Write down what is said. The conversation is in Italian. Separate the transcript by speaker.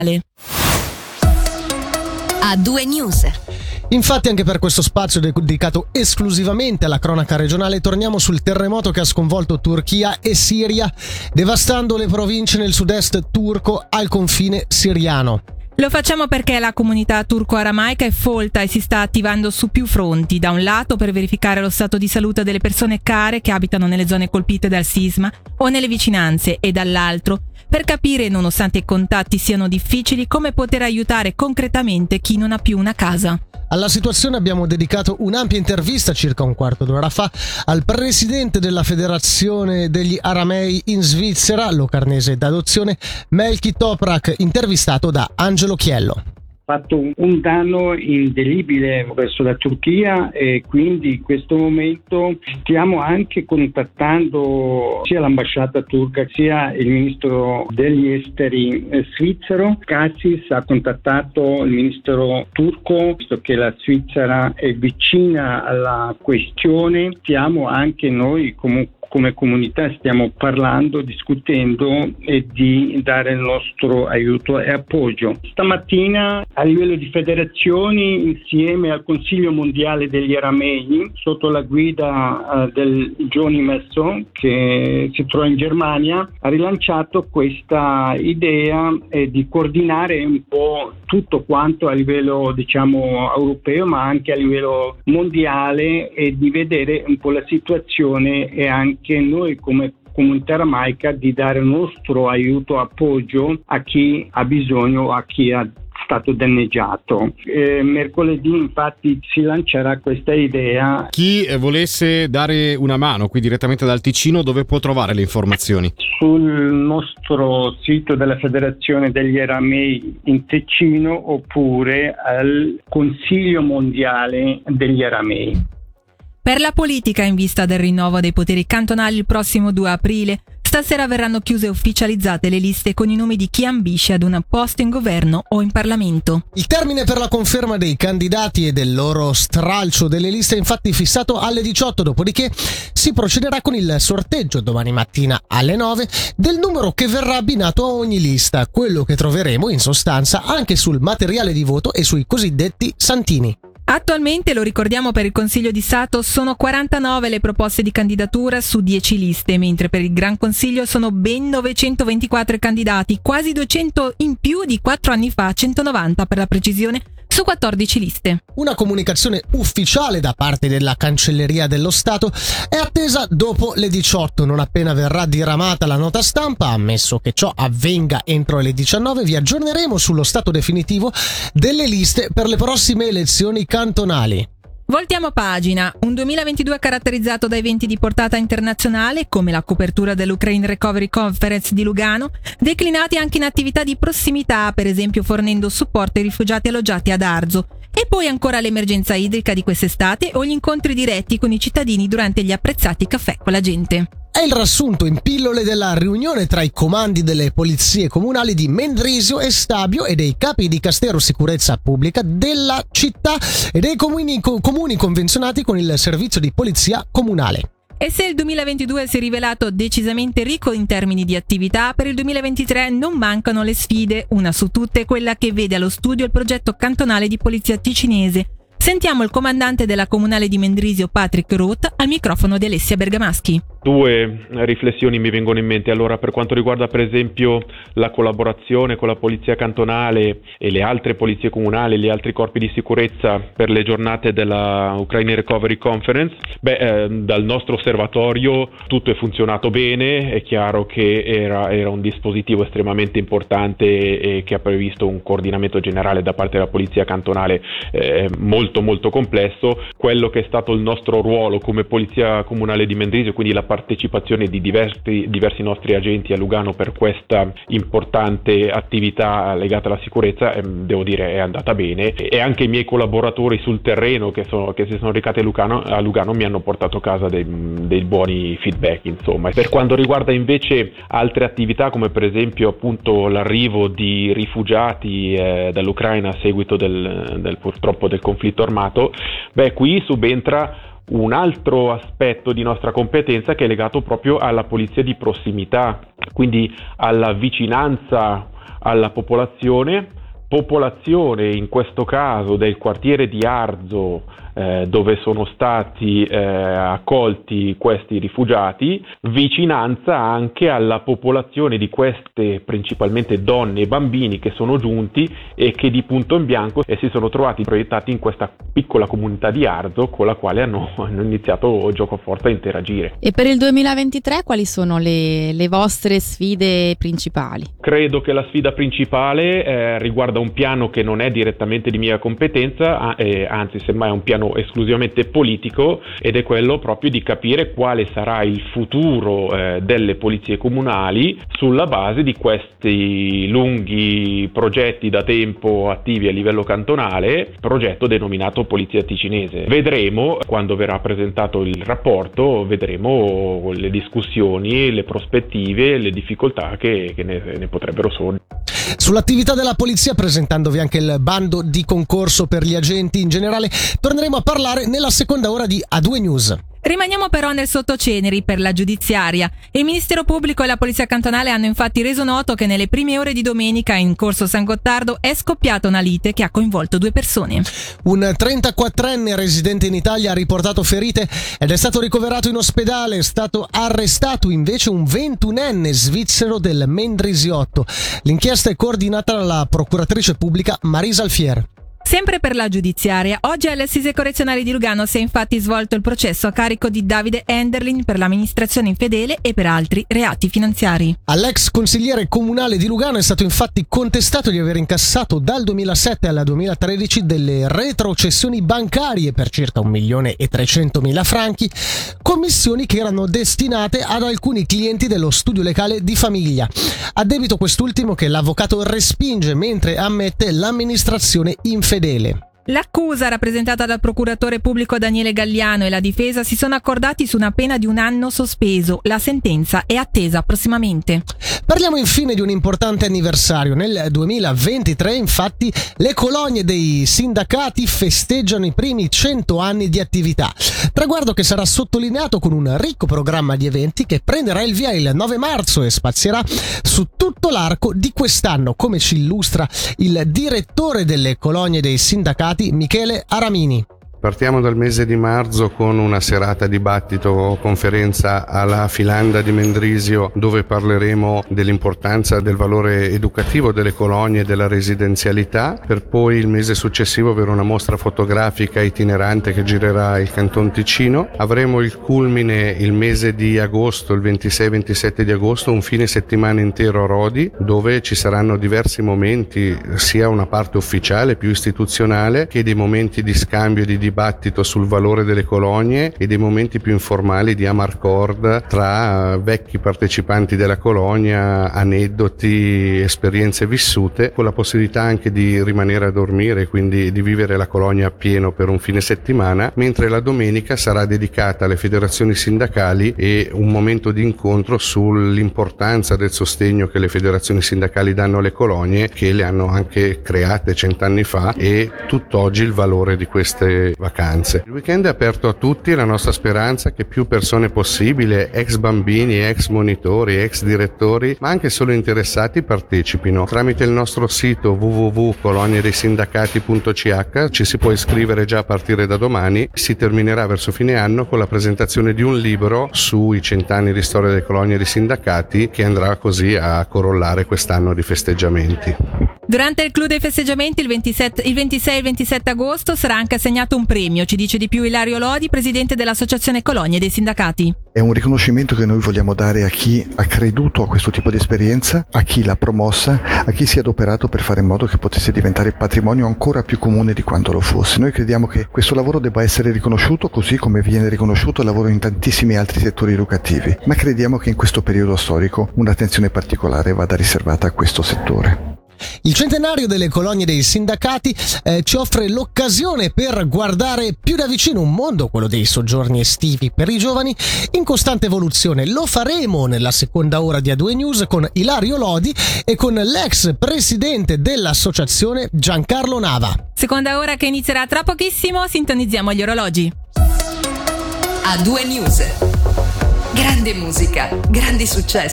Speaker 1: A2 News.
Speaker 2: Infatti anche per questo spazio dedicato esclusivamente alla cronaca regionale torniamo sul terremoto che ha sconvolto Turchia e Siria, devastando le province nel sud-est turco al confine siriano.
Speaker 3: Lo facciamo perché la comunità turco-aramaica è folta e si sta attivando su più fronti. Da un lato per verificare lo stato di salute delle persone care che abitano nelle zone colpite dal sisma o nelle vicinanze e dall'altro per capire, nonostante i contatti siano difficili, come poter aiutare concretamente chi non ha più una casa.
Speaker 2: Alla situazione abbiamo dedicato un'ampia intervista circa un quarto d'ora fa al presidente della Federazione degli Aramei in Svizzera, locarnese d'adozione, Melki Toprak, intervistato da Angelo Chiello.
Speaker 4: Fatto un danno indelebile verso la Turchia e quindi in questo momento stiamo anche contattando sia l'ambasciata turca sia il ministro degli esteri svizzero. Cassis ha contattato il ministro turco, visto che la Svizzera è vicina alla questione. Stiamo anche noi come comunità stiamo parlando, discutendo e di dare il nostro aiuto e appoggio. Stamattina a livello di federazioni, insieme al Consiglio Mondiale degli Aramei, sotto la guida del Johnny Messon, che si trova in Germania, ha rilanciato questa idea di coordinare un po' tutto quanto a livello europeo, ma anche a livello mondiale, e di vedere un po' la situazione e anche noi come comunità aramaica di dare il nostro aiuto, appoggio a chi ha bisogno, a chi è stato danneggiato. Mercoledì infatti si lancerà questa idea.
Speaker 5: Chi volesse dare una mano qui direttamente dal Ticino, dove può trovare le informazioni?
Speaker 4: Sul nostro sito della Federazione degli Aramei in Ticino oppure al Consiglio Mondiale degli Aramei.
Speaker 3: Per la politica, in vista del rinnovo dei poteri cantonali il prossimo 2 aprile, stasera verranno chiuse e ufficializzate le liste con i nomi di chi ambisce ad un posto in governo o in Parlamento.
Speaker 2: Il termine per la conferma dei candidati e del loro stralcio delle liste è infatti fissato alle 18, dopodiché si procederà con il sorteggio domani mattina alle 9 del numero che verrà abbinato a ogni lista, quello che troveremo in sostanza anche sul materiale di voto e sui cosiddetti santini.
Speaker 3: Attualmente, lo ricordiamo, per il Consiglio di Stato sono 49 le proposte di candidatura su 10 liste, mentre per il Gran Consiglio sono ben 924 candidati, quasi 200 in più di 4 anni fa, 190 per la precisione, su 14 liste.
Speaker 2: Una comunicazione ufficiale da parte della Cancelleria dello Stato è attesa dopo le 18, non appena verrà diramata la nota stampa. Ammesso che ciò avvenga entro le 19, vi aggiorneremo sullo stato definitivo delle liste per le prossime elezioni cantonali.
Speaker 3: Voltiamo pagina. Un 2022 caratterizzato da eventi di portata internazionale, come la copertura dell'Ukraine Recovery Conference di Lugano, declinati anche in attività di prossimità, per esempio fornendo supporto ai rifugiati alloggiati ad Arzo. E poi ancora l'emergenza idrica di quest'estate o gli incontri diretti con i cittadini durante gli apprezzati caffè con la gente.
Speaker 2: È il riassunto in pillole della riunione tra i comandi delle polizie comunali di Mendrisio e Stabio e dei capi di Castero Sicurezza Pubblica della città e dei comuni convenzionati con il servizio di polizia comunale.
Speaker 3: E se il 2022 si è rivelato decisamente ricco in termini di attività, per il 2023 non mancano le sfide, una su tutte quella che vede allo studio il progetto cantonale di polizia ticinese. Sentiamo il comandante della comunale di Mendrisio, Patrick Roth, al microfono di Alessia Bergamaschi.
Speaker 6: Due riflessioni mi vengono in mente. Allora, per quanto riguarda per esempio la collaborazione con la polizia cantonale e le altre polizie comunali, gli altri corpi di sicurezza per le giornate della Ukraine Recovery Conference, dal nostro osservatorio tutto è funzionato bene. È chiaro che era un dispositivo estremamente importante e che ha previsto un coordinamento generale da parte della polizia cantonale molto complesso. Quello che è stato il nostro ruolo come polizia comunale di Mendrisio, quindi la partecipazione di diversi nostri agenti a Lugano per questa importante attività legata alla sicurezza, devo dire è andata bene, e anche i miei collaboratori sul terreno che si sono recati a Lugano mi hanno portato a casa dei buoni feedback, insomma. Per quanto riguarda invece altre attività, come per esempio appunto l'arrivo di rifugiati dall'Ucraina a seguito purtroppo del conflitto armato, qui subentra un altro aspetto di nostra competenza che è legato proprio alla polizia di prossimità, quindi alla vicinanza alla popolazione in questo caso del quartiere di Arzo, dove sono stati accolti questi rifugiati, vicinanza anche alla popolazione di queste principalmente donne e bambini che sono giunti e che di punto in bianco si sono trovati proiettati in questa piccola comunità di Arzo con la quale hanno iniziato giocoforza a interagire.
Speaker 7: E per il 2023 quali sono le vostre sfide principali?
Speaker 6: Credo che la sfida principale riguarda un piano che non è direttamente di mia competenza, anzi semmai è un piano esclusivamente politico, ed è quello proprio di capire quale sarà il futuro delle polizie comunali sulla base di questi lunghi progetti da tempo attivi a livello cantonale, progetto denominato Polizia Ticinese. Vedremo, quando verrà presentato il rapporto, vedremo le discussioni, le prospettive, le difficoltà che ne potrebbero sorgere.
Speaker 2: Sull'attività della polizia, presentandovi anche il bando di concorso per gli agenti in generale, torneremo a parlare nella seconda ora di A2 News.
Speaker 3: Rimaniamo però nel sottoceneri per la giudiziaria. Il Ministero Pubblico e la Polizia Cantonale hanno infatti reso noto che nelle prime ore di domenica in Corso San Gottardo è scoppiata una lite che ha coinvolto 2 persone.
Speaker 2: Un 34enne residente in Italia ha riportato ferite ed è stato ricoverato in ospedale. È stato arrestato invece un 21enne svizzero del Mendrisiotto. L'inchiesta è coordinata dalla procuratrice pubblica Marisa Alfier.
Speaker 3: Sempre per la giudiziaria, oggi alle Assise Correzionali di Lugano si è infatti svolto il processo a carico di Davide Enderlin per l'amministrazione infedele e per altri reati finanziari.
Speaker 2: All'ex consigliere comunale di Lugano è stato infatti contestato di aver incassato dal 2007 al 2013 delle retrocessioni bancarie per circa 1.300.000 franchi, commissioni che erano destinate ad alcuni clienti dello studio legale di famiglia. A debito quest'ultimo che l'avvocato respinge mentre ammette l'amministrazione infedele.
Speaker 3: L'accusa, rappresentata dal procuratore pubblico Daniele Galliano, e la difesa si sono accordati su una pena di 1 anno sospeso. La sentenza è attesa prossimamente.
Speaker 2: Parliamo infine di un importante anniversario. Nel 2023, infatti, le colonie dei sindacati festeggiano i primi 100 anni di attività. Traguardo che sarà sottolineato con un ricco programma di eventi che prenderà il via il 9 marzo e spazierà su tutto l'arco di quest'anno, come ci illustra il direttore delle colonie dei sindacati, Michele Aramini.
Speaker 8: Partiamo dal mese di marzo con una serata dibattito conferenza alla Filanda di Mendrisio, dove parleremo dell'importanza del valore educativo delle colonie e della residenzialità, per poi il mese successivo avere una mostra fotografica itinerante che girerà il Canton Ticino. Avremo il culmine il mese di agosto, il 26-27 di agosto, un fine settimana intero a Rodi, dove ci saranno diversi momenti, sia una parte ufficiale più istituzionale che dei momenti di scambio e di dibattito sul valore delle colonie e dei momenti più informali di amarcord tra vecchi partecipanti della colonia, aneddoti, esperienze vissute, con la possibilità anche di rimanere a dormire, quindi di vivere la colonia a pieno per un fine settimana, mentre la domenica sarà dedicata alle federazioni sindacali e un momento di incontro sull'importanza del sostegno che le federazioni sindacali danno alle colonie, che le hanno anche create 100 anni fa, e tutt'oggi il valore di queste vacanze. Il weekend è aperto a tutti, la nostra speranza è che più persone possibile, ex bambini, ex monitori, ex direttori, ma anche solo interessati, partecipino. Tramite il nostro sito www.coloniadeisindacati.ch ci si può iscrivere già a partire da domani. Si terminerà verso fine anno con la presentazione di un libro sui 100 anni di storia delle colonie dei sindacati, che andrà così a corollare quest'anno di festeggiamenti.
Speaker 3: Durante il clou dei festeggiamenti il 26 e il 27 agosto sarà anche assegnato un premio, ci dice di più Ilario Lodi, presidente dell'Associazione Colonie dei Sindacati.
Speaker 9: È un riconoscimento che noi vogliamo dare a chi ha creduto a questo tipo di esperienza, a chi l'ha promossa, a chi si è adoperato per fare in modo che potesse diventare patrimonio ancora più comune di quanto lo fosse. Noi crediamo che questo lavoro debba essere riconosciuto così come viene riconosciuto il lavoro in tantissimi altri settori educativi, ma crediamo che in questo periodo storico un'attenzione particolare vada riservata a questo settore.
Speaker 2: Il centenario delle colonie dei sindacati ci offre l'occasione per guardare più da vicino un mondo, quello dei soggiorni estivi per i giovani, in costante evoluzione. Lo faremo nella seconda ora di A2 News con Ilario Lodi e con l'ex presidente dell'associazione Giancarlo Nava.
Speaker 3: Seconda ora che inizierà tra pochissimo, sintonizziamo gli orologi.
Speaker 1: A2 News. Grande musica, grandi successi.